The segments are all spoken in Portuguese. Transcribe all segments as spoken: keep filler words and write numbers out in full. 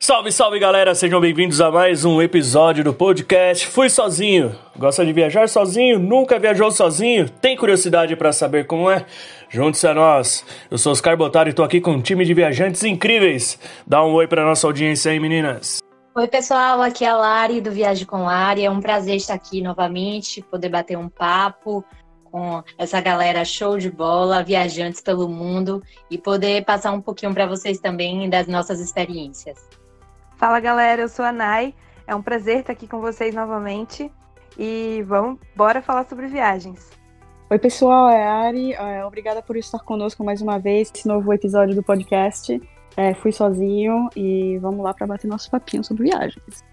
Salve, salve galera, sejam bem-vindos a mais um episódio do podcast Fui Sozinho. Gosta de viajar sozinho? Nunca viajou sozinho? Tem curiosidade pra saber como é? Junte-se a nós. Eu sou Oscar Botaro e tô aqui com um time de viajantes incríveis. Dá um oi pra nossa audiência aí, meninas. Oi pessoal, aqui é a Lari do Viagem com Lari. É um prazer estar aqui novamente, poder bater um papo com essa galera show de bola, viajantes pelo mundo, e poder passar um pouquinho para vocês também das nossas experiências. Fala galera, eu sou a Nai, é um prazer estar aqui com vocês novamente e vamos, bora falar sobre viagens. Oi pessoal, é a Ari, é, obrigada por estar conosco mais uma vez nesse novo episódio do podcast. É, fui sozinho e vamos lá para bater nosso papinho sobre viagens.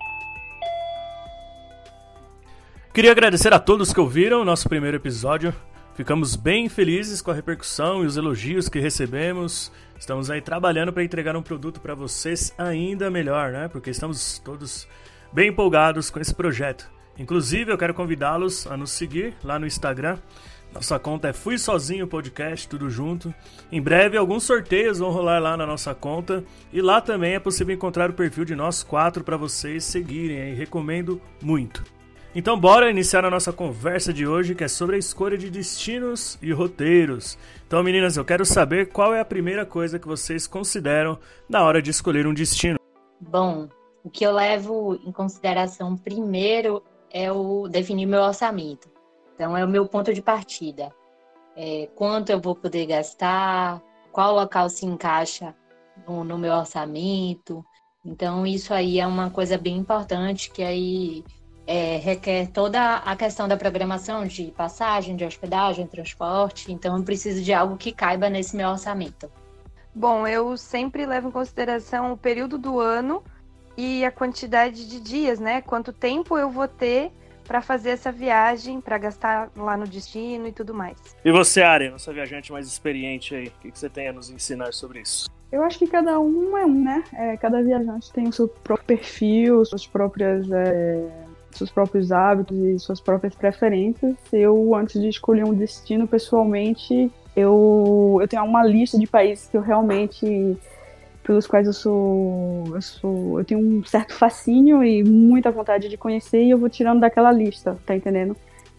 Queria agradecer a todos que ouviram o nosso primeiro episódio. Ficamos bem felizes com a repercussão e os elogios que recebemos. Estamos aí trabalhando para entregar um produto para vocês ainda melhor, né? Porque estamos todos bem empolgados com esse projeto. Inclusive, eu quero convidá-los a nos seguir lá no Instagram. Nossa conta é Fui Sozinho Podcast, tudo junto. Em breve, alguns sorteios vão rolar lá na nossa conta. E lá também é possível encontrar o perfil de nós quatro para vocês seguirem aí. Recomendo muito. Então bora iniciar a nossa conversa de hoje, que é sobre a escolha de destinos e roteiros. Então meninas, eu quero saber qual é a primeira coisa que vocês consideram na hora de escolher um destino. Bom, o que eu levo em consideração primeiro é o definir meu orçamento. Então é o meu ponto de partida. É, quanto eu vou poder gastar, qual local se encaixa no, no meu orçamento. Então isso aí é uma coisa bem importante que aí... É, requer toda a questão da programação de passagem, de hospedagem, transporte. Então, eu preciso de algo que caiba nesse meu orçamento. Bom, eu sempre levo em consideração o período do ano e a quantidade de dias, né? Quanto tempo eu vou ter para fazer essa viagem, para gastar lá no destino e tudo mais. E você, Ari, nossa viajante mais experiente aí, o que você tem a nos ensinar sobre isso? Eu acho que cada um é um, né? É, cada viajante tem o seu próprio perfil, suas próprias... É... seus próprios hábitos e suas próprias preferências. Eu, antes de escolher um destino, pessoalmente, eu, eu tenho uma lista de países que eu realmente, pelos quais eu sou, eu sou, eu tenho um certo fascínio e muita vontade de conhecer, e eu vou tirando daquela lista, tá entendendo?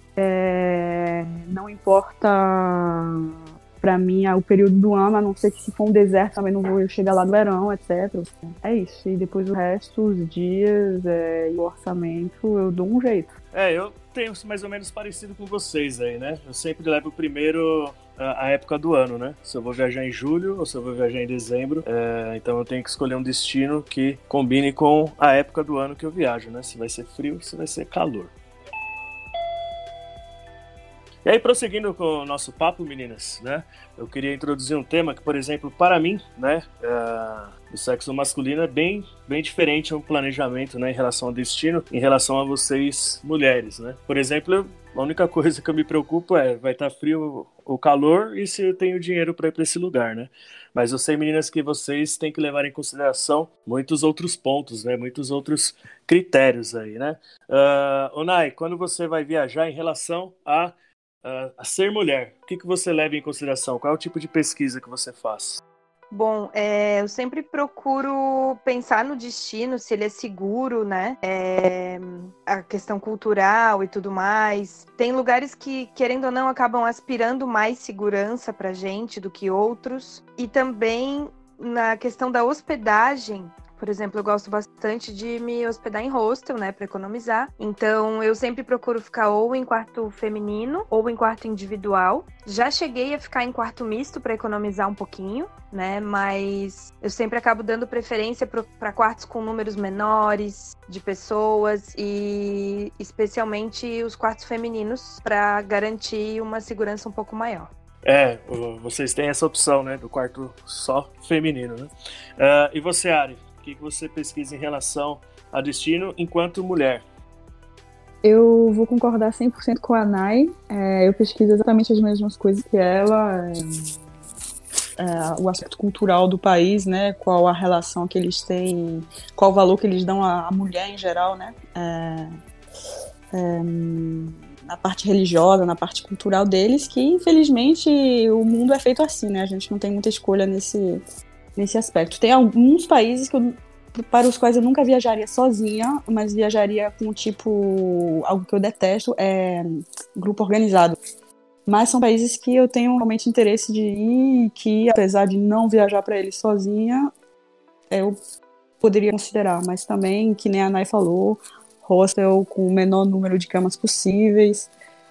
É, não importa pra mim o período do ano, a não ser que se for um deserto também não vou chegar lá no verão, etcétera. É isso. E depois o resto, os dias é, e o orçamento, eu dou um jeito. É, eu tenho mais ou menos parecido com vocês aí, né? Eu sempre levo primeiro a, a época do ano, né? Se eu vou viajar em julho ou se eu vou viajar em dezembro. É, então eu tenho que escolher um destino que combine com a época do ano que eu viajo, né? Se vai ser frio, se vai ser calor. E aí, prosseguindo com o nosso papo, meninas, né? Eu queria introduzir um tema que, por exemplo, para mim, né? Uh, o sexo masculino é bem, bem diferente um planejamento, né? Em relação ao destino, em relação a vocês, mulheres, né? Por exemplo, eu, a única coisa que eu me preocupo é vai estar frio ou calor e se eu tenho dinheiro para ir para esse lugar, né? Mas eu sei, meninas, que vocês têm que levar em consideração muitos outros pontos, né? Muitos outros critérios aí, né? Uh, Onai, quando você vai viajar em relação a Uh, a ser mulher, o que, que você leva em consideração? Qual é o tipo de pesquisa que você faz? Bom, é, eu sempre procuro pensar no destino, se ele é seguro, né? É, a questão cultural e tudo mais. Tem lugares que, querendo ou não, acabam aspirando mais segurança pra gente do que outros. E também na questão da hospedagem. Por exemplo, eu gosto bastante de me hospedar em hostel, né, para economizar. Então, eu sempre procuro ficar ou em quarto feminino ou em quarto individual. Já cheguei a ficar em quarto misto para economizar um pouquinho, né, mas eu sempre acabo dando preferência para quartos com números menores de pessoas e especialmente os quartos femininos para garantir uma segurança um pouco maior. É, vocês têm essa opção, né, do quarto só feminino, né? Uh, e você, Ari? O que você pesquisa em relação a destino enquanto mulher? Eu vou concordar cem por cento com a Nai. É, eu pesquiso exatamente as mesmas coisas que ela. É, é, o aspecto cultural do país, né? Qual a relação que eles têm, qual o valor que eles dão à, à mulher em geral, né? É, é, na parte religiosa, na parte cultural deles, que infelizmente o mundo é feito assim, né? A gente não tem muita escolha nesse, nesse aspecto. Tem alguns países que eu para os quais eu nunca viajaria sozinha, mas viajaria com, tipo, algo que eu detesto, é grupo organizado. Mas são países que eu tenho realmente interesse de ir e que, apesar de não viajar para eles sozinha, eu poderia considerar. Mas também, que nem a Nay falou, hostel com o menor número de camas possíveis,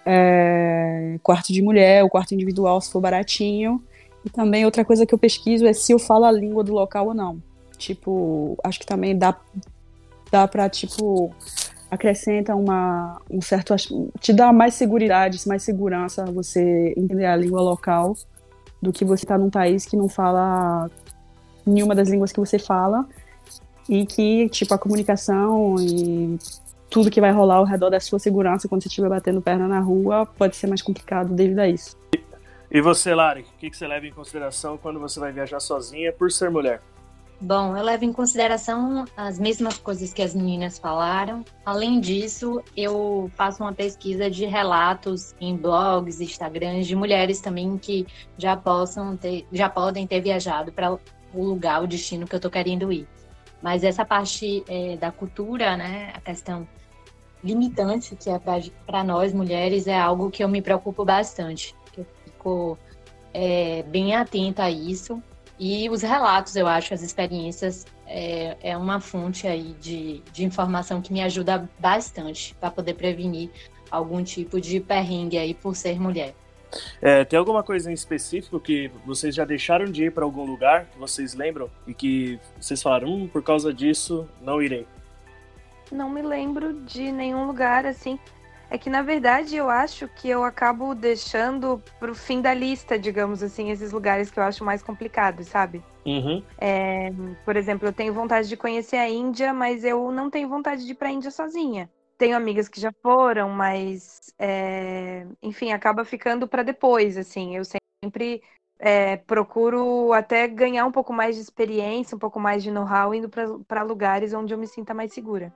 é, quarto de mulher, o quarto individual se for baratinho. E também outra coisa que eu pesquiso é se eu falo a língua do local ou não. Tipo, acho que também dá, dá pra, tipo, acrescenta uma, um certo... Te dá mais seguridade, mais segurança você entender a língua local do que você tá num país que não fala nenhuma das línguas que você fala e que, tipo, a comunicação e tudo que vai rolar ao redor da sua segurança quando você estiver batendo perna na rua pode ser mais complicado devido a isso. E você, Lari, o que você leva em consideração quando você vai viajar sozinha por ser mulher? Bom, eu levo em consideração as mesmas coisas que as meninas falaram. Além disso, eu faço uma pesquisa de relatos em blogs, Instagrams, de mulheres também que já, possam ter, já podem ter viajado para o lugar, o destino que eu estou querendo ir. Mas essa parte é, da cultura, né, a questão limitante que é para nós mulheres é algo que eu me preocupo bastante. Eu fico é, bem atenta a isso. E os relatos, eu acho, as experiências, é, é uma fonte aí de, de informação que me ajuda bastante para poder prevenir algum tipo de perrengue aí por ser mulher. É, tem alguma coisa em específico que vocês já deixaram de ir para algum lugar que vocês lembram e que vocês falaram, hum, por causa disso, não irei? Não me lembro de nenhum lugar assim. É que, na verdade, eu acho que eu acabo deixando pro fim da lista, digamos assim, esses lugares que eu acho mais complicados, sabe? Uhum. É, por exemplo, eu tenho vontade de conhecer a Índia, mas eu não tenho vontade de ir pra Índia sozinha. Tenho amigas que já foram, mas, é, enfim, acaba ficando para depois, assim. Eu sempre é, procuro até ganhar um pouco mais de experiência, um pouco mais de know-how, indo para lugares onde eu me sinta mais segura.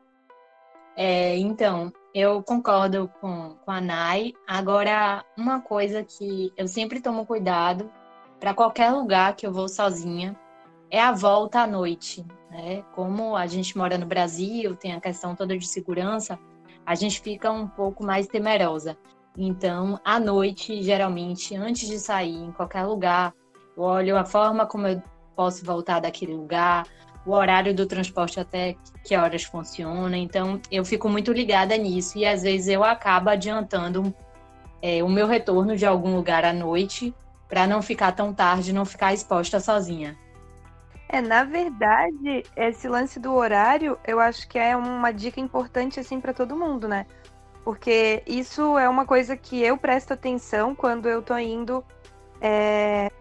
É, então, eu concordo com, com a Nay. Agora, uma coisa que eu sempre tomo cuidado para qualquer lugar que eu vou sozinha é a volta à noite, né? Como a gente mora no Brasil, tem a questão toda de segurança, a gente fica um pouco mais temerosa. Então, à noite, geralmente, antes de sair em qualquer lugar, eu olho a forma como eu posso voltar daquele lugar, o horário do transporte até que horas funciona. Então, eu fico muito ligada nisso e, às vezes, eu acabo adiantando é, o meu retorno de algum lugar à noite para não ficar tão tarde, não ficar exposta sozinha. É, na verdade, esse lance do horário, eu acho que é uma dica importante, assim, para todo mundo, né? Porque isso é uma coisa que eu presto atenção quando eu tô indo... É...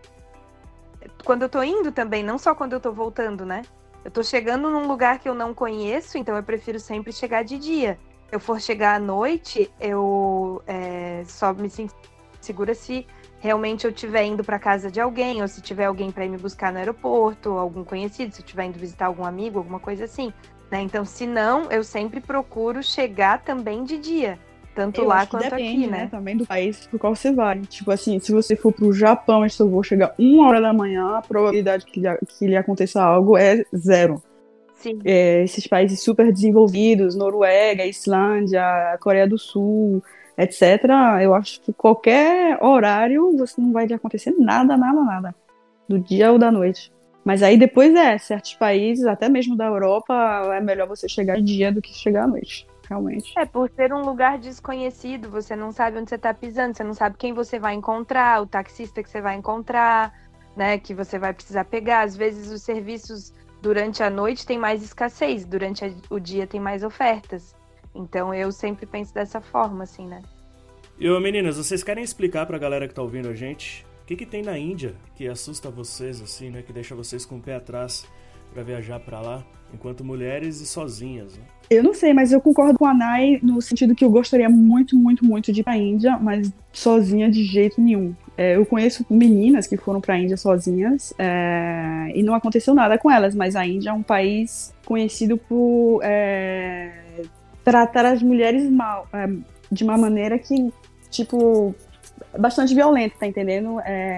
Quando eu tô indo também, não só quando eu tô voltando, né? Eu tô chegando num lugar que eu não conheço, então eu prefiro sempre chegar de dia. Eu for chegar à noite, eu é, só me sinto segura se realmente eu estiver indo para casa de alguém, ou se tiver alguém para ir me buscar no aeroporto, algum conhecido, se eu estiver indo visitar algum amigo, alguma coisa assim, né? Então, se não, eu sempre procuro chegar também de dia, tanto eu lá acho que quanto depende, aqui, né? né? Também do país pro qual você vai. Tipo assim, se você for pro Japão e seu voo chegar uma hora da manhã, a probabilidade que lhe, que lhe aconteça algo é zero. Sim. É, esses países super desenvolvidos, Noruega, Islândia, Coreia do Sul, etcétera, eu acho que qualquer horário você não vai lhe acontecer nada, nada, nada. Do dia ou da noite. Mas aí depois é, certos países, até mesmo da Europa, é melhor você chegar de dia do que chegar à noite. Realmente. É, por ser um lugar desconhecido, você não sabe onde você tá pisando, você não sabe quem você vai encontrar, o taxista que você vai encontrar, né, que você vai precisar pegar. Às vezes os serviços durante a noite tem mais escassez, durante o dia tem mais ofertas. Então eu sempre penso dessa forma, assim, né? E, ô, meninas, vocês querem explicar pra galera que tá ouvindo a gente o que que tem na Índia que assusta vocês, assim, né, que deixa vocês com o pé atrás pra viajar pra lá, enquanto mulheres e sozinhas, né? Eu não sei, mas eu concordo com a Nay no sentido que eu gostaria muito, muito, muito de ir pra Índia, mas sozinha de jeito nenhum. É, eu conheço meninas que foram pra Índia sozinhas é, e não aconteceu nada com elas, mas a Índia é um país conhecido por é, tratar as mulheres mal, é, de uma maneira que, tipo, bastante violenta, tá entendendo? É,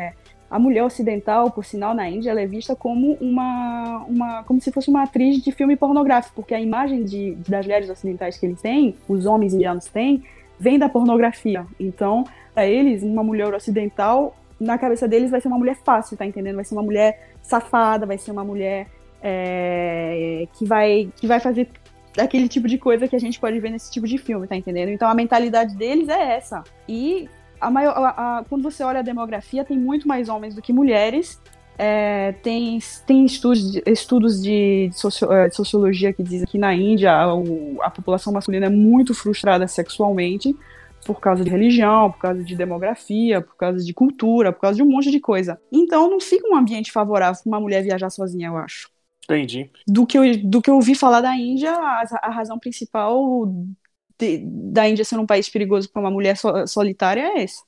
A mulher ocidental, por sinal, na Índia, ela é vista como uma, uma como se fosse uma atriz de filme pornográfico, porque a imagem de, das mulheres ocidentais que eles têm, os homens indianos têm, vem da pornografia. Então, para eles, uma mulher ocidental, na cabeça deles, vai ser uma mulher fácil, tá entendendo? Vai ser uma mulher safada, vai ser uma mulher é, que, vai, que vai fazer aquele tipo de coisa que a gente pode ver nesse tipo de filme, tá entendendo? Então, a mentalidade deles é essa. E a maior, a, a, quando você olha a demografia, tem muito mais homens do que mulheres. É, tem tem estudos, estudos de, socio, de sociologia que dizem que na Índia a, a população masculina é muito frustrada sexualmente por causa de religião, por causa de demografia, por causa de cultura, por causa de um monte de coisa. Então não fica um ambiente favorável para uma mulher viajar sozinha, eu acho. Entendi. Do que eu, do que eu ouvi falar da Índia, a, a razão principal de, da Índia ser um país perigoso para uma mulher so, solitária é essa.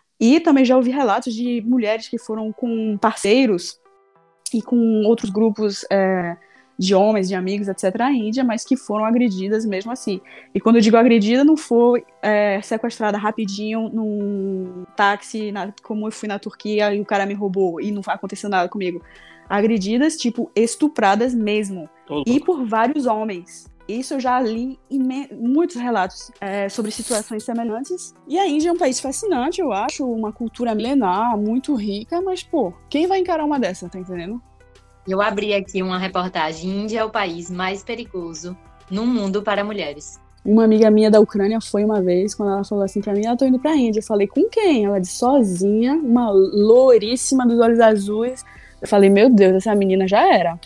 E também já ouvi relatos de mulheres que foram com parceiros e com outros grupos é, de homens, de amigos, etcétera, à Índia, mas que foram agredidas mesmo assim. E quando eu digo agredida, não foi é, sequestrada rapidinho num táxi, na, como eu fui na Turquia e o cara me roubou e não aconteceu nada comigo. Agredidas, tipo, estupradas mesmo. Oh. E por vários homens. Isso eu já li imen- muitos relatos é, sobre situações semelhantes. E a Índia é um país fascinante, eu acho, uma cultura milenar, muito rica, mas, pô, quem vai encarar uma dessa, tá entendendo? Eu abri aqui uma reportagem. Índia é o país mais perigoso no mundo para mulheres. Uma amiga minha da Ucrânia foi uma vez, quando ela falou assim pra mim, eu tô indo pra Índia. Eu falei, com quem? Ela disse, sozinha, uma louríssima dos olhos azuis. Eu falei, meu Deus, essa menina já era.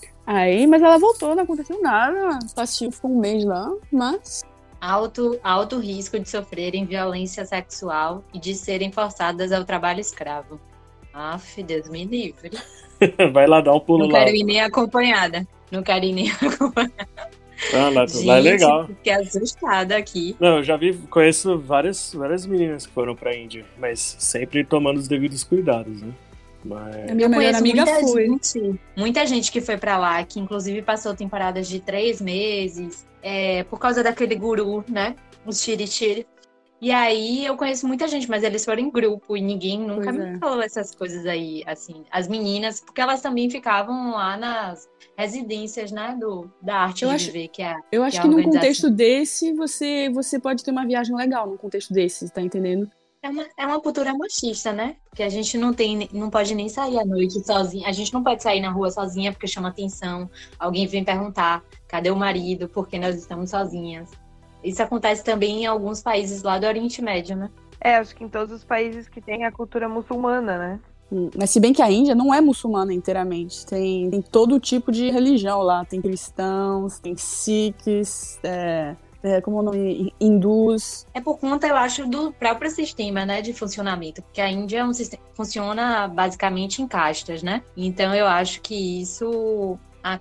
Aí, mas ela voltou, não aconteceu nada. Passinho ficou um mês lá, mas... Alto, alto risco de sofrerem violência sexual e de serem forçadas ao trabalho escravo. Aff, Deus me livre. Vai lá dar um pulo não lá. Não quero ir nem acompanhada. Não quero ir nem acompanhada. Ah, lá, Gente, lá é legal. Fiquei assustada aqui. Não, eu já vi, conheço várias, várias meninas que foram pra Índia, mas sempre tomando os devidos cuidados, né? Mas... A minha melhor amiga muita foi. Gente, muita gente que foi pra lá, que inclusive passou temporadas de três meses, é, por causa daquele guru, né? Os tiri-tiri. E aí eu conheço muita gente, mas eles foram em grupo e ninguém nunca Pois me é. falou essas coisas aí, assim. As meninas, porque elas também ficavam lá nas residências, né? Do, da arte Eu de acho- viver, que é a Eu acho que, que é a num organização. contexto desse, você, você pode ter uma viagem legal num contexto desse, tá entendendo? É uma, é uma cultura machista, né? Porque a gente não tem, não pode nem sair à noite sozinha. A gente não pode sair na rua sozinha porque chama atenção. Alguém vem perguntar, cadê o marido? Por que nós estamos sozinhas? Isso acontece também em alguns países lá do Oriente Médio, né? É, acho que em todos os países que tem a cultura muçulmana, né? Hum, Mas se bem que a Índia não é muçulmana inteiramente, tem, tem todo tipo de religião lá, tem cristãos, tem sikhs, é, é, como é o nome, hindus. É por conta, eu acho, do próprio sistema, né, de funcionamento, porque a Índia é um sistema, funciona basicamente em castas, né? Então eu acho que isso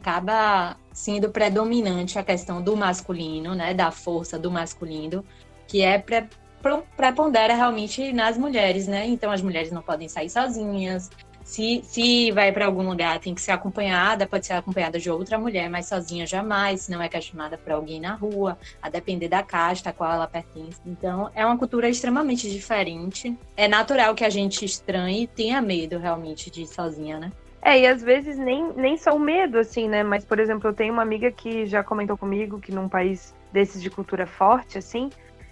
acaba sendo predominante a questão do masculino, né, da força do masculino, que é pre, pro, prepondera realmente nas mulheres, né? Então as mulheres não podem sair sozinhas. Se, se vai para algum lugar, tem que ser acompanhada, pode ser acompanhada de outra mulher, mas sozinha jamais, se não é questionada por alguém na rua, a depender da casta a qual ela pertence. Então, é uma cultura extremamente diferente. É natural que a gente estranhe e tenha medo, realmente, de ir sozinha, né? É, e às vezes nem, nem só o medo, assim, né? Mas, por exemplo, eu tenho uma amiga que já comentou comigo que num país desses de cultura forte, assim,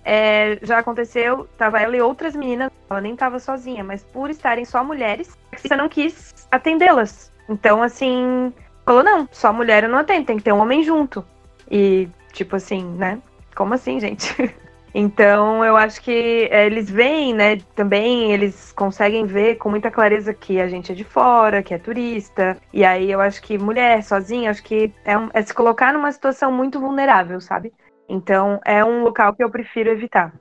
é, já aconteceu, tava ela e outras meninas, ela nem tava sozinha, mas por estarem só mulheres, você não quis atendê-las. Então, assim, falou, não, só mulher eu não atendo, tem que ter um homem junto. E, tipo assim, né? Como assim, gente? Então, eu acho que é, eles veem, né, também, eles conseguem ver com muita clareza que a gente é de fora, que é turista. E aí, eu acho que mulher sozinha, acho que é, um, é se colocar numa situação muito vulnerável, sabe? Então, é um local que eu prefiro evitar.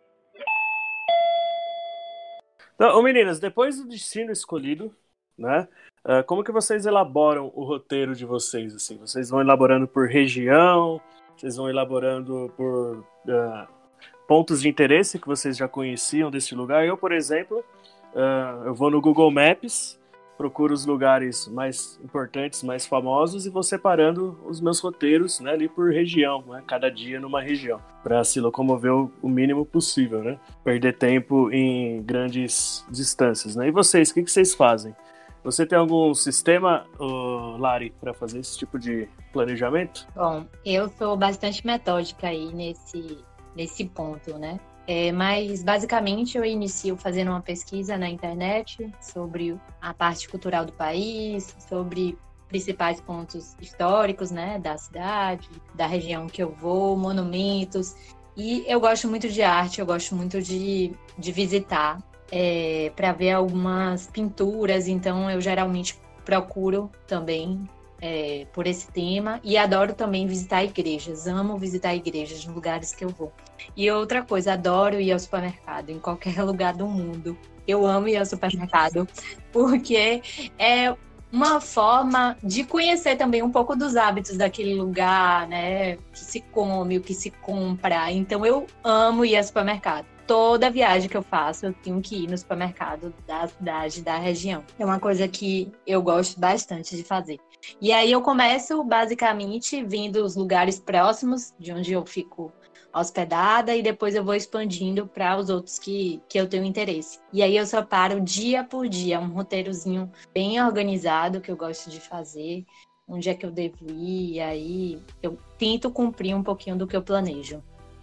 Então, ô meninas, depois do destino escolhido, né, uh, como que vocês elaboram o roteiro de vocês, assim? Vocês vão elaborando por região, vocês vão elaborando por uh, pontos de interesse que vocês já conheciam desse lugar. Eu, por exemplo, uh, eu vou no Google Maps procuro os lugares mais importantes, mais famosos e vou separando os meus roteiros, né, ali por região, né, cada dia numa região, para se locomover o, o mínimo possível, né, perder tempo em grandes distâncias, né. E vocês, o que, que vocês fazem? Você tem algum sistema, uh, Lari, para fazer esse tipo de planejamento? Bom, eu sou bastante metódica aí nesse, nesse ponto, né? É, mas, basicamente, eu inicio fazendo uma pesquisa na internet sobre a parte cultural do país, sobre principais pontos históricos, né, da cidade, da região que eu vou, monumentos. E eu gosto muito de arte, eu gosto muito de, de visitar. É, para ver algumas pinturas, então eu geralmente procuro também é, por esse tema e adoro também visitar igrejas, amo visitar igrejas nos lugares que eu vou. E outra coisa, adoro ir ao supermercado, em qualquer lugar do mundo. Eu amo ir ao supermercado, porque é uma forma de conhecer também um pouco dos hábitos daquele lugar, né? O que se come, o que se compra. Então eu amo ir ao supermercado. Toda viagem que eu faço, eu tenho que ir no supermercado da cidade, da região. É uma coisa que eu gosto bastante de fazer. E aí eu começo, basicamente, vindo os lugares próximos de onde eu fico hospedada e depois eu vou expandindo para os outros que, que eu tenho interesse. E aí eu separo dia por dia, um roteirozinho bem organizado que eu gosto de fazer, onde é que eu devo ir, e aí eu tento cumprir um pouquinho do que eu planejo.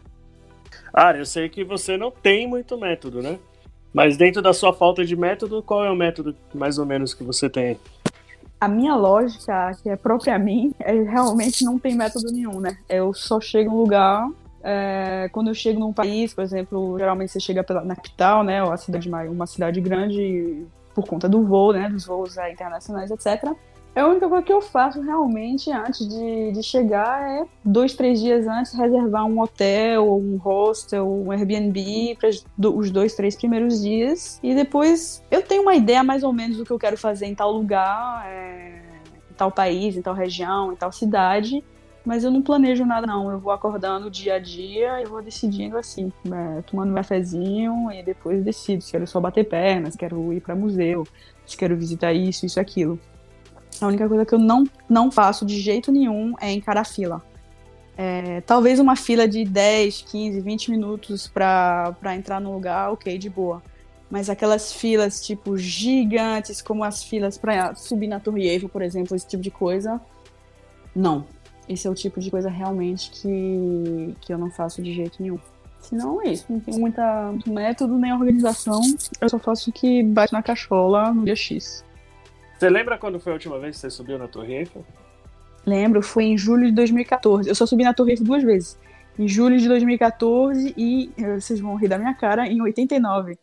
Ah, eu sei que você não tem muito método, né? Mas dentro da sua falta de método, qual é o método mais ou menos que você tem? A minha lógica, que é própria a mim, é realmente não tem método nenhum, né? Eu só chego em um lugar, é, quando eu chego num país, por exemplo, geralmente você chega pela, na capital, né? Ou a cidade, uma cidade grande por conta do voo, né? Dos voos é, internacionais, etcétera. A única coisa que eu faço realmente antes de, de chegar é dois, três dias antes reservar um hotel, um hostel, um Airbnb para os dois, três primeiros dias. E depois eu tenho uma ideia mais ou menos do que eu quero fazer em tal lugar, é, em tal país, em tal região, em tal cidade. Mas eu não planejo nada, não. Eu vou acordando dia a dia e vou decidindo assim, é, tomando um cafezinho e depois decido se quero só bater pernas, se quero ir para museu, se quero visitar isso, isso, aquilo. A única coisa que eu não, não faço de jeito nenhum é encarar fila. É, talvez uma fila de dez, quinze, vinte minutos pra, pra entrar no lugar, ok, de boa. Mas aquelas filas, tipo, gigantes, como as filas pra subir na Torre Eiffel, por exemplo, esse tipo de coisa, não. Esse é o tipo de coisa realmente que, que eu não faço de jeito nenhum. Senão é isso, não tenho muita, muito método nem organização, eu só faço o que bate na cachola no dia X. Você lembra quando foi a última vez que você subiu na Torre Eiffel? Lembro, foi em julho de dois mil e catorze. Eu só subi na Torre Eiffel duas vezes. Em julho de dois mil e catorze e, vocês vão rir da minha cara, em oitenta e nove.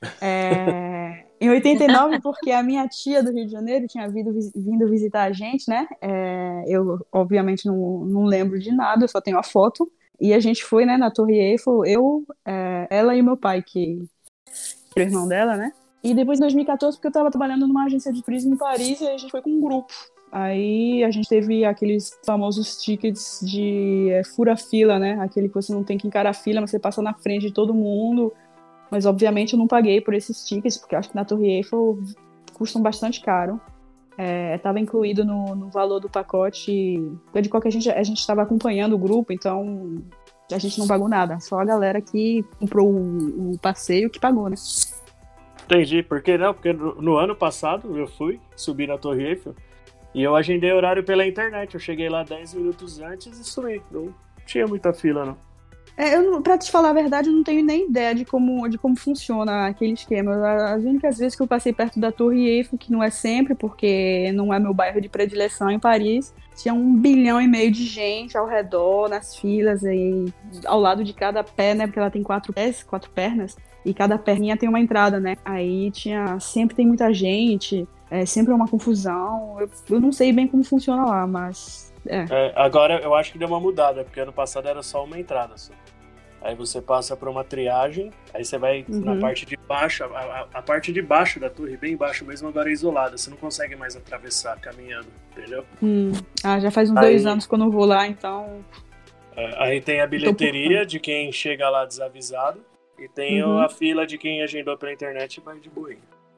É, em oitenta e nove, porque a minha tia do Rio de Janeiro tinha vindo, vindo visitar a gente, né? É, eu, obviamente, não, não lembro de nada, eu só tenho a foto. E a gente foi, né, na Torre Eiffel, eu, é, ela e meu pai, que era o irmão dela, né? E depois, em dois mil e catorze, porque eu estava trabalhando numa agência de turismo em Paris, e a gente foi com um grupo. Aí a gente teve aqueles famosos tickets de é, fura-fila, né? Aquele que você não tem que encarar a fila, mas você passa na frente de todo mundo. Mas, obviamente, eu não paguei por esses tickets, porque eu acho que na Torre Eiffel custam bastante caro. Estava é, incluído no, no valor do pacote. De qualquer gente, a gente estava acompanhando o grupo, então a gente não pagou nada. Só a galera que comprou o, o passeio que pagou, né? Entendi, por que não? Porque no, no ano passado eu fui subir na Torre Eiffel e eu agendei horário pela internet. Eu cheguei lá dez minutos antes e subi. Não tinha muita fila, não. É, eu, pra te falar a verdade, eu não tenho nem ideia de como, de como funciona aquele esquema. As únicas vezes que eu passei perto da Torre Eiffel, que não é sempre, porque não é meu bairro de predileção em Paris, tinha um bilhão e meio de gente ao redor, nas filas, e ao lado de cada pé, né? Porque ela tem quatro pés, quatro pernas, e cada perninha tem uma entrada, né? Aí tinha, sempre tem muita gente, é sempre é uma confusão. Eu, eu não sei bem como funciona lá, mas... É. É, agora eu acho que deu uma mudada, porque ano passado era só uma entrada só. Aí você passa por uma triagem, aí você vai uhum. na parte de baixo, a, a, a parte de baixo da torre, bem embaixo mesmo, agora é isolada. Você não consegue mais atravessar caminhando, entendeu? Hum. Ah, já faz uns aí, dois anos que eu não vou lá, então... É, aí tem a bilheteria de quem chega lá desavisado e tem uhum. a fila de quem agendou pela internet e vai de boinha.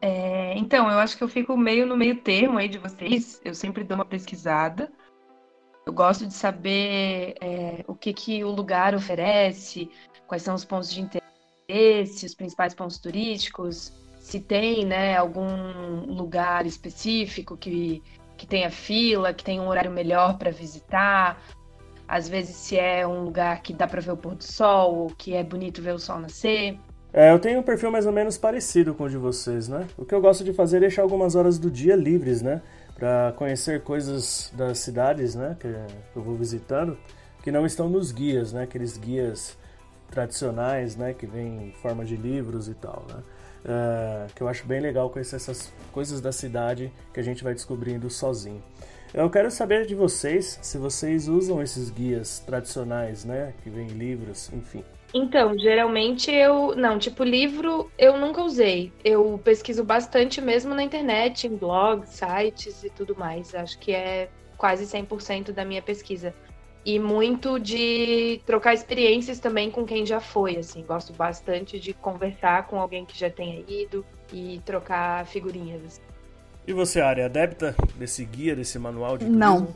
É, então, eu acho que eu fico meio no meio termo aí de vocês. Eu sempre dou uma pesquisada. Eu gosto de saber é, o que, que o lugar oferece, quais são os pontos de interesse, os principais pontos turísticos, se tem, né, algum lugar específico que, que tenha fila, que tenha um horário melhor para visitar. Às vezes, se é um lugar que dá para ver o pôr do sol, ou que é bonito ver o sol nascer. É, eu tenho um perfil mais ou menos parecido com o de vocês, né? O que eu gosto de fazer é deixar algumas horas do dia livres, né? Pra conhecer coisas das cidades, né? Que eu vou visitando, que não estão nos guias, né? Aqueles guias tradicionais, né? Que vêm em forma de livros e tal, né? É, que eu acho bem legal conhecer essas coisas da cidade que a gente vai descobrindo sozinho. Eu quero saber de vocês se vocês usam esses guias tradicionais, né? Que vêm em livros, enfim. Então, geralmente eu... Não, tipo, livro eu nunca usei. Eu pesquiso bastante mesmo na internet, em blogs, sites e tudo mais. Acho que é quase cem por cento da minha pesquisa. E muito de trocar experiências também com quem já foi, assim. Gosto bastante de conversar com alguém que já tenha ido e trocar figurinhas. E você, Ari, adepta desse guia, desse manual de turismo? Não,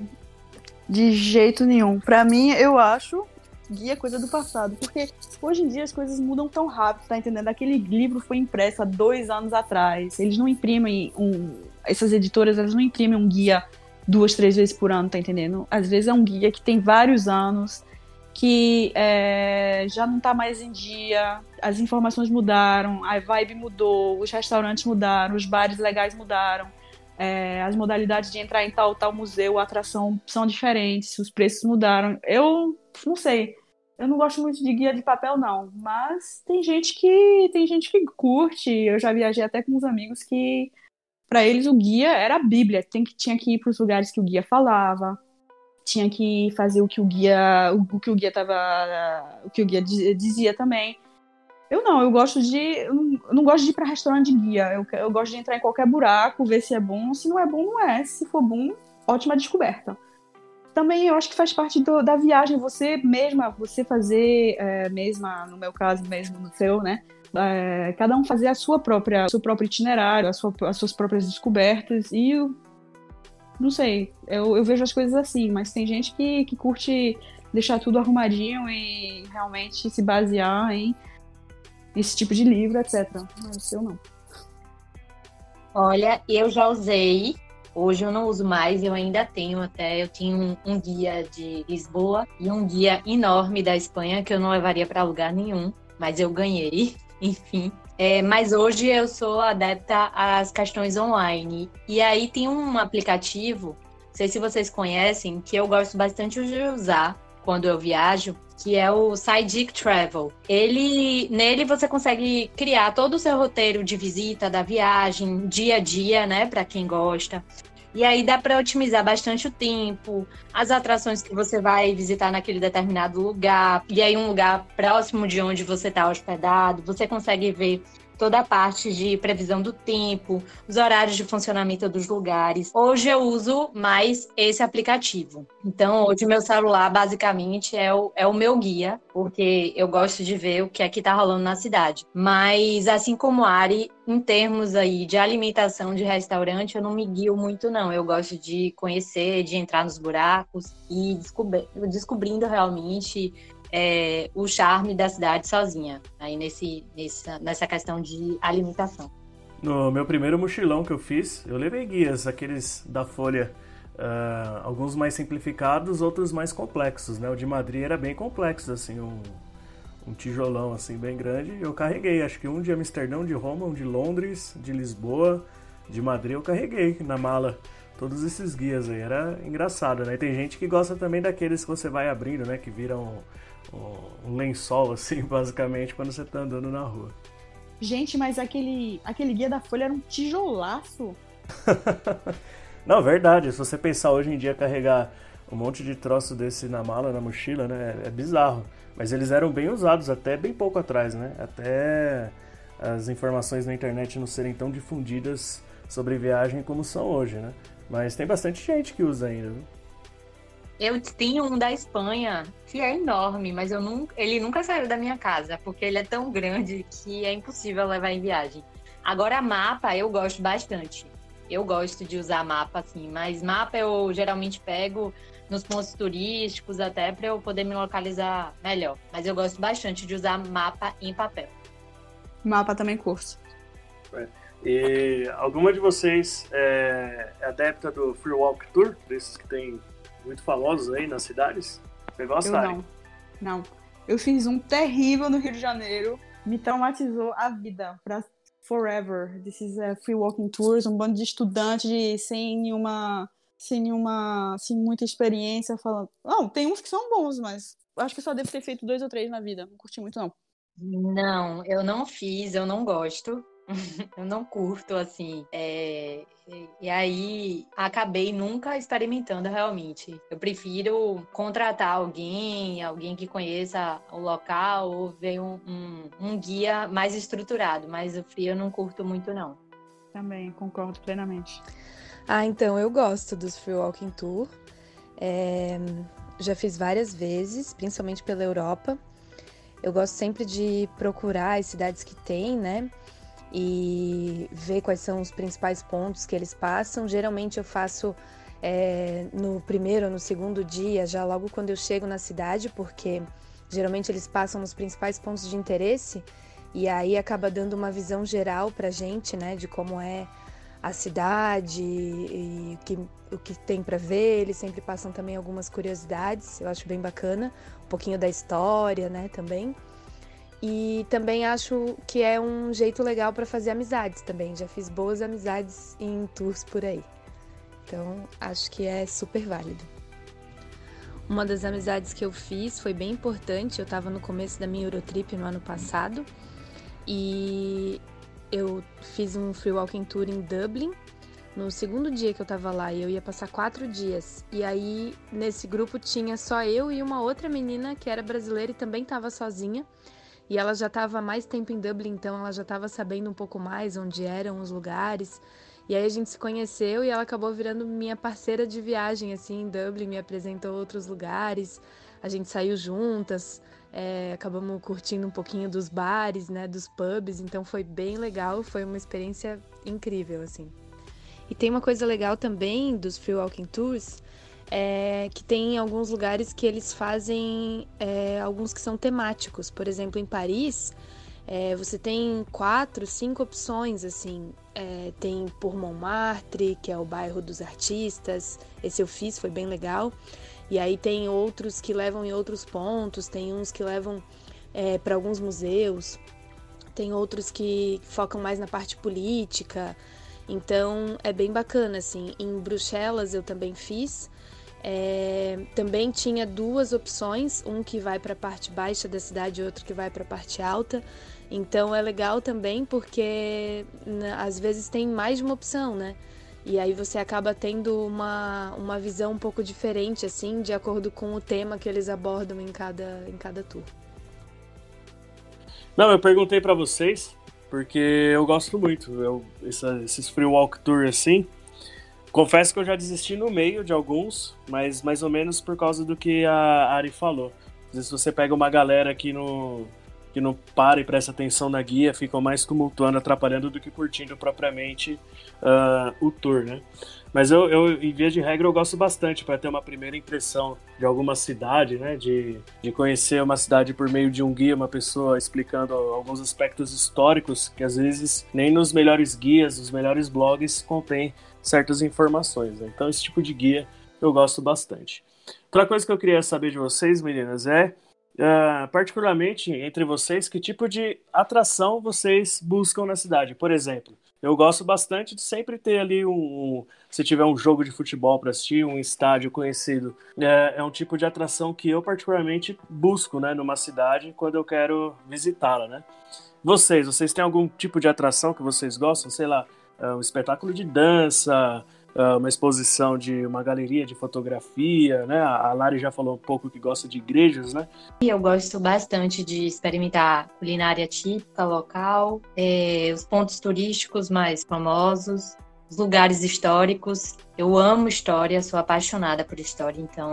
de jeito nenhum. Pra mim, eu acho... guia é coisa do passado, porque hoje em dia as coisas mudam tão rápido, tá entendendo? Aquele livro foi impresso há dois anos atrás, eles não imprimem um... essas editoras, elas não imprimem um guia duas, três vezes por ano, tá entendendo? Às vezes é um guia que tem vários anos, que é, já não tá mais em dia, as informações mudaram, a vibe mudou, os restaurantes mudaram, os bares legais mudaram, é, as modalidades de entrar em tal tal museu, a atração são diferentes, os preços mudaram. Eu não sei, eu não gosto muito de guia de papel não, mas tem gente que tem gente que curte. Eu já viajei até com uns amigos que para eles o guia era a Bíblia, tem que tinha que ir para os lugares que o guia falava, tinha que fazer o que o guia o, o que o guia tava o que o guia dizia também. Eu não, eu gosto de eu não, eu não gosto de ir para restaurante de guia, eu, eu gosto de entrar em qualquer buraco, ver se é bom, se não é bom não é, se for bom, ótima descoberta. Também eu acho que faz parte do, da viagem, você mesma, você fazer, é, mesma, no meu caso mesmo, no seu, né? É, cada um fazer a sua própria, o seu próprio itinerário, a sua, as suas próprias descobertas. E eu não sei, eu, eu vejo as coisas assim, mas tem gente que, que curte deixar tudo arrumadinho e realmente se basear em esse tipo de livro, etcétera. Mas eu não. Olha, eu já usei. Hoje eu não uso mais, eu ainda tenho até, eu tinha um, um guia de Lisboa e um guia enorme da Espanha que eu não levaria para lugar nenhum, mas eu ganhei, enfim. É, mas hoje eu sou adepta às questões online. E aí tem um aplicativo, não sei se vocês conhecem, que eu gosto bastante de usar quando eu viajo, que é o Sidekick Travel. Ele, nele você consegue criar todo o seu roteiro de visita da viagem, dia a dia, né, para quem gosta. E aí dá para otimizar bastante o tempo, as atrações que você vai visitar naquele determinado lugar, e aí um lugar próximo de onde você está hospedado, você consegue ver toda a parte de previsão do tempo, os horários de funcionamento dos lugares. Hoje eu uso mais esse aplicativo. Então, hoje meu celular, basicamente, é o, é o meu guia, porque eu gosto de ver o que é que tá rolando na cidade. Mas, assim como a Ari, em termos aí de alimentação de restaurante, eu não me guio muito, não. Eu gosto de conhecer, de entrar nos buracos e descobri- descobrindo realmente... É, o charme da cidade sozinha, aí nesse, nessa, nessa questão de alimentação. No meu primeiro mochilão que eu fiz, eu levei guias, aqueles da Folha, uh, alguns mais simplificados, outros mais complexos, né? O de Madrid era bem complexo, assim, um, um tijolão assim bem grande. Eu carreguei, acho que um de Amsterdã, um de Roma, um de Londres, de Lisboa, de Madrid, eu carreguei na mala. Todos esses guias aí, era engraçado, né? E tem gente que gosta também daqueles que você vai abrindo, né? Que viram um, um lençol, assim, basicamente, quando você tá andando na rua. Gente, mas aquele, aquele guia da Folha era um tijolaço. Não, verdade. Se você pensar hoje em dia carregar um monte de troço desse na mala, na mochila, né? É, é bizarro. Mas eles eram bem usados até bem pouco atrás, né? Até as informações na internet não serem tão difundidas sobre viagem como são hoje, né? Mas tem bastante gente que usa ainda, viu? Eu tenho um da Espanha, que é enorme, mas eu nunca, ele nunca saiu da minha casa, porque ele é tão grande que é impossível levar em viagem. Agora, mapa eu gosto bastante. Eu gosto de usar mapa, assim, mas mapa eu geralmente pego nos pontos turísticos até para eu poder me localizar melhor. Mas eu gosto bastante de usar mapa em papel. Mapa também curso. É. E alguma de vocês é, é adepta do Free Walk Tour? Desses que tem muito famosos aí nas cidades? Você gosta? Eu não. Não. Eu fiz um terrível no Rio de Janeiro. Me traumatizou a vida pra forever. This is a Free Walking Tours, um bando de estudantes de, sem nenhuma... sem nenhuma... sem muita experiência, falando... Não, tem uns que são bons, mas acho que eu só devo ter feito dois ou três na vida. Não curti muito, não. Não, eu não fiz, eu não gosto. Eu não curto, assim. É... E aí, acabei nunca experimentando realmente. Eu prefiro contratar alguém, alguém que conheça o local, ou ver um, um, um guia mais estruturado. Mas o frio eu não curto muito, não. Também, concordo plenamente. Ah, então, eu gosto dos Free Walking Tour. É... Já fiz várias vezes, principalmente pela Europa. Eu gosto sempre de procurar as cidades que tem, né? E ver quais são os principais pontos que eles passam. Geralmente eu faço é, no primeiro ou no segundo dia, já logo quando eu chego na cidade, porque geralmente eles passam nos principais pontos de interesse e aí acaba dando uma visão geral pra gente, né, de como é a cidade e o que, o que tem pra ver. Eles sempre passam também algumas curiosidades, eu acho bem bacana, um pouquinho da história, né, também. E também acho que é um jeito legal para fazer amizades também. Já fiz boas amizades em tours por aí. Então, acho que é super válido. Uma das amizades que eu fiz foi bem importante. Eu estava no começo da minha Eurotrip no ano passado. E eu fiz um free walking tour em Dublin. No segundo dia que eu estava lá, eu ia passar quatro dias. E aí, nesse grupo, tinha só eu e uma outra menina que era brasileira e também estava sozinha. E ela já estava há mais tempo em Dublin, então ela já estava sabendo um pouco mais onde eram os lugares. E aí a gente se conheceu e ela acabou virando minha parceira de viagem, assim, em Dublin, me apresentou outros lugares. A gente saiu juntas, é, acabamos curtindo um pouquinho dos bares, né, dos pubs, então foi bem legal, foi uma experiência incrível, assim. E tem uma coisa legal também dos Free Walking Tours, É, que tem alguns lugares que eles fazem, é, alguns que são temáticos. Por exemplo, em Paris, é, você tem quatro, cinco opções, assim. É, tem por Montmartre, que é o bairro dos artistas. Esse eu fiz, foi bem legal. E aí tem outros que levam em outros pontos, tem uns que levam é, para alguns museus, tem outros que focam mais na parte política. Então, é bem bacana, assim. Em Bruxelas eu também fiz. É, também tinha duas opções, um que vai para a parte baixa da cidade e outro que vai para a parte alta. Então é legal também porque né, às vezes tem mais de uma opção, né? E aí você acaba tendo uma, uma visão um pouco diferente, assim, de acordo com o tema que eles abordam em cada, em cada tour. Não, eu perguntei para vocês porque eu gosto muito. Eu, essa, esses free walk tour assim. Confesso que eu já desisti no meio de alguns, mas mais ou menos por causa do que a Ari falou. Às vezes você pega uma galera que não, que não para e presta atenção na guia, ficam mais tumultuando, atrapalhando do que curtindo propriamente uh, o tour, né? Mas eu, eu, em via de regra, eu gosto bastante para ter uma primeira impressão de alguma cidade, né? De, de conhecer uma cidade por meio de um guia, uma pessoa explicando alguns aspectos históricos que às vezes nem nos melhores guias, nos melhores blogs contém certas informações, né? Então esse tipo de guia eu gosto bastante. Outra coisa que eu queria saber de vocês, meninas, é uh, particularmente entre vocês, que tipo de atração vocês buscam na cidade. Por exemplo, eu gosto bastante de sempre ter ali um, um se tiver um jogo de futebol para assistir, um estádio conhecido, é, é um tipo de atração que eu particularmente busco, né, numa cidade quando eu quero visitá-la, né? Vocês, vocês têm algum tipo de atração que vocês gostam? Sei lá, um espetáculo de dança, uma exposição de uma galeria de fotografia, né? A Lari já falou um pouco que gosta de igrejas, né? Eu gosto bastante de experimentar culinária típica local, é, os pontos turísticos mais famosos, os lugares históricos. Eu amo história, sou apaixonada por história, então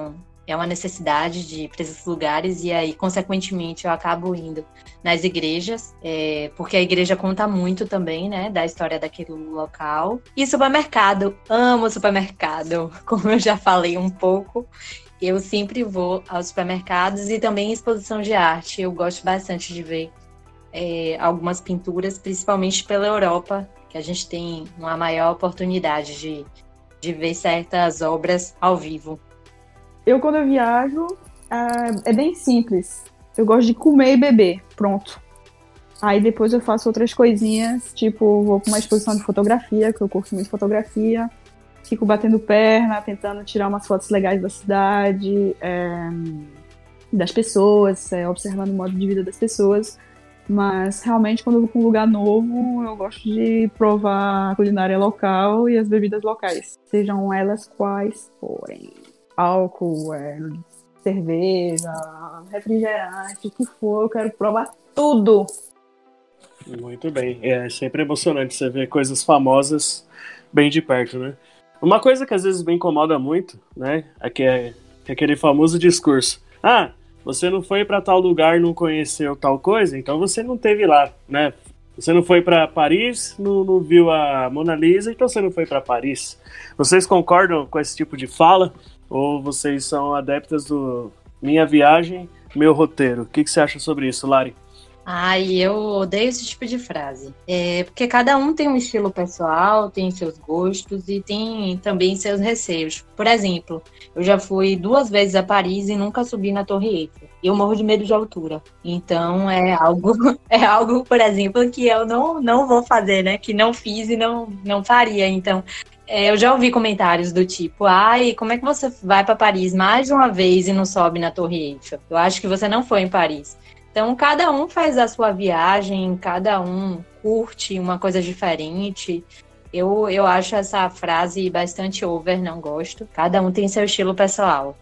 é uma necessidade de ir para esses lugares e aí, consequentemente, eu acabo indo nas igrejas, é, porque a igreja conta muito também, né, da história daquele local. E supermercado, amo supermercado, como eu já falei um pouco. Eu sempre vou aos supermercados e também exposição de arte. Eu gosto bastante de ver é, algumas pinturas, principalmente pela Europa, que a gente tem uma maior oportunidade de, de ver certas obras ao vivo. Eu, quando eu viajo, é bem simples. Eu gosto de comer e beber, pronto. Aí depois eu faço outras coisinhas, tipo, vou para uma exposição de fotografia, que eu curto muito fotografia. Fico batendo perna, tentando tirar umas fotos legais da cidade, é, das pessoas, é, observando o modo de vida das pessoas. Mas, realmente, quando eu vou para um lugar novo, eu gosto de provar a culinária local e as bebidas locais. Sejam elas quais forem. Álcool, é, cerveja, refrigerante, o que for, eu quero provar tudo. Muito bem. É sempre emocionante você ver coisas famosas bem de perto, né? Uma coisa que às vezes me incomoda muito, né, é, que é, é aquele famoso discurso. Ah, você não foi para tal lugar, não conheceu tal coisa, então você não teve lá, né? Você não foi para Paris, não, não viu a Mona Lisa, então você não foi para Paris. Vocês concordam com esse tipo de fala? Ou vocês são adeptas do minha viagem, meu roteiro? O que, que você acha sobre isso, Lari? Ai, eu odeio esse tipo de frase. É, porque cada um tem um estilo pessoal, tem seus gostos e tem também seus receios. Por exemplo, eu já fui duas vezes a Paris e nunca subi na Torre Eiffel. Eu morro de medo de altura. Então é algo, é algo, por exemplo, que eu não, não vou fazer, né? Que não fiz e não, não faria. Então, é, eu já ouvi comentários do tipo, ai, como é que você vai para Paris mais uma vez e não sobe na Torre Eiffel? Eu acho que você não foi em Paris. Então, cada um faz a sua viagem, cada um curte uma coisa diferente. Eu, eu acho essa frase bastante over, não gosto. Cada um tem seu estilo pessoal.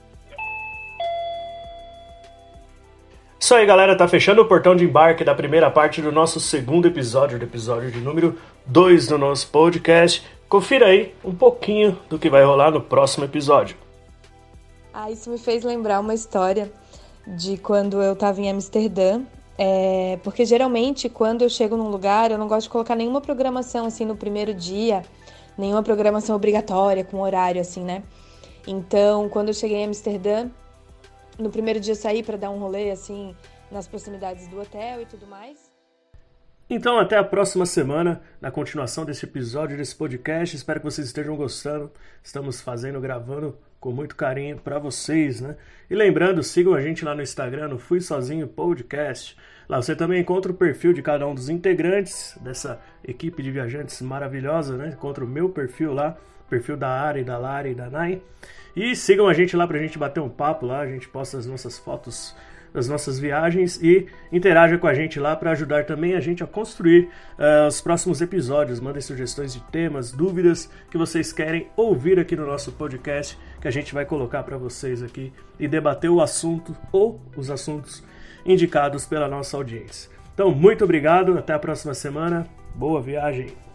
Isso aí, galera. Tá fechando o portão de embarque da primeira parte do nosso segundo episódio, do episódio de número dois do nosso podcast. Confira aí um pouquinho do que vai rolar no próximo episódio. Ah, isso me fez lembrar uma história de quando eu estava em Amsterdã, é, porque geralmente quando eu chego num lugar eu não gosto de colocar nenhuma programação assim no primeiro dia, nenhuma programação obrigatória com horário assim, né? Então, quando eu cheguei em Amsterdã, no primeiro dia eu saí para dar um rolê assim nas proximidades do hotel e tudo mais. Então, até a próxima semana, na continuação desse episódio, desse podcast. Espero que vocês estejam gostando. Estamos fazendo, gravando com muito carinho para vocês, né? E lembrando, sigam a gente lá no Instagram, no Fui Sozinho Podcast. Lá você também encontra o perfil de cada um dos integrantes dessa equipe de viajantes maravilhosa, né? Encontra o meu perfil lá, o perfil da Ari, da Lari e da Nai. E sigam a gente lá pra gente bater um papo lá, a gente posta as nossas fotos das nossas viagens e interaja com a gente lá para ajudar também a gente a construir uh, os próximos episódios. Mandem sugestões de temas, dúvidas que vocês querem ouvir aqui no nosso podcast, que a gente vai colocar para vocês aqui e debater o assunto ou os assuntos indicados pela nossa audiência. Então, muito obrigado, até a próxima semana, boa viagem!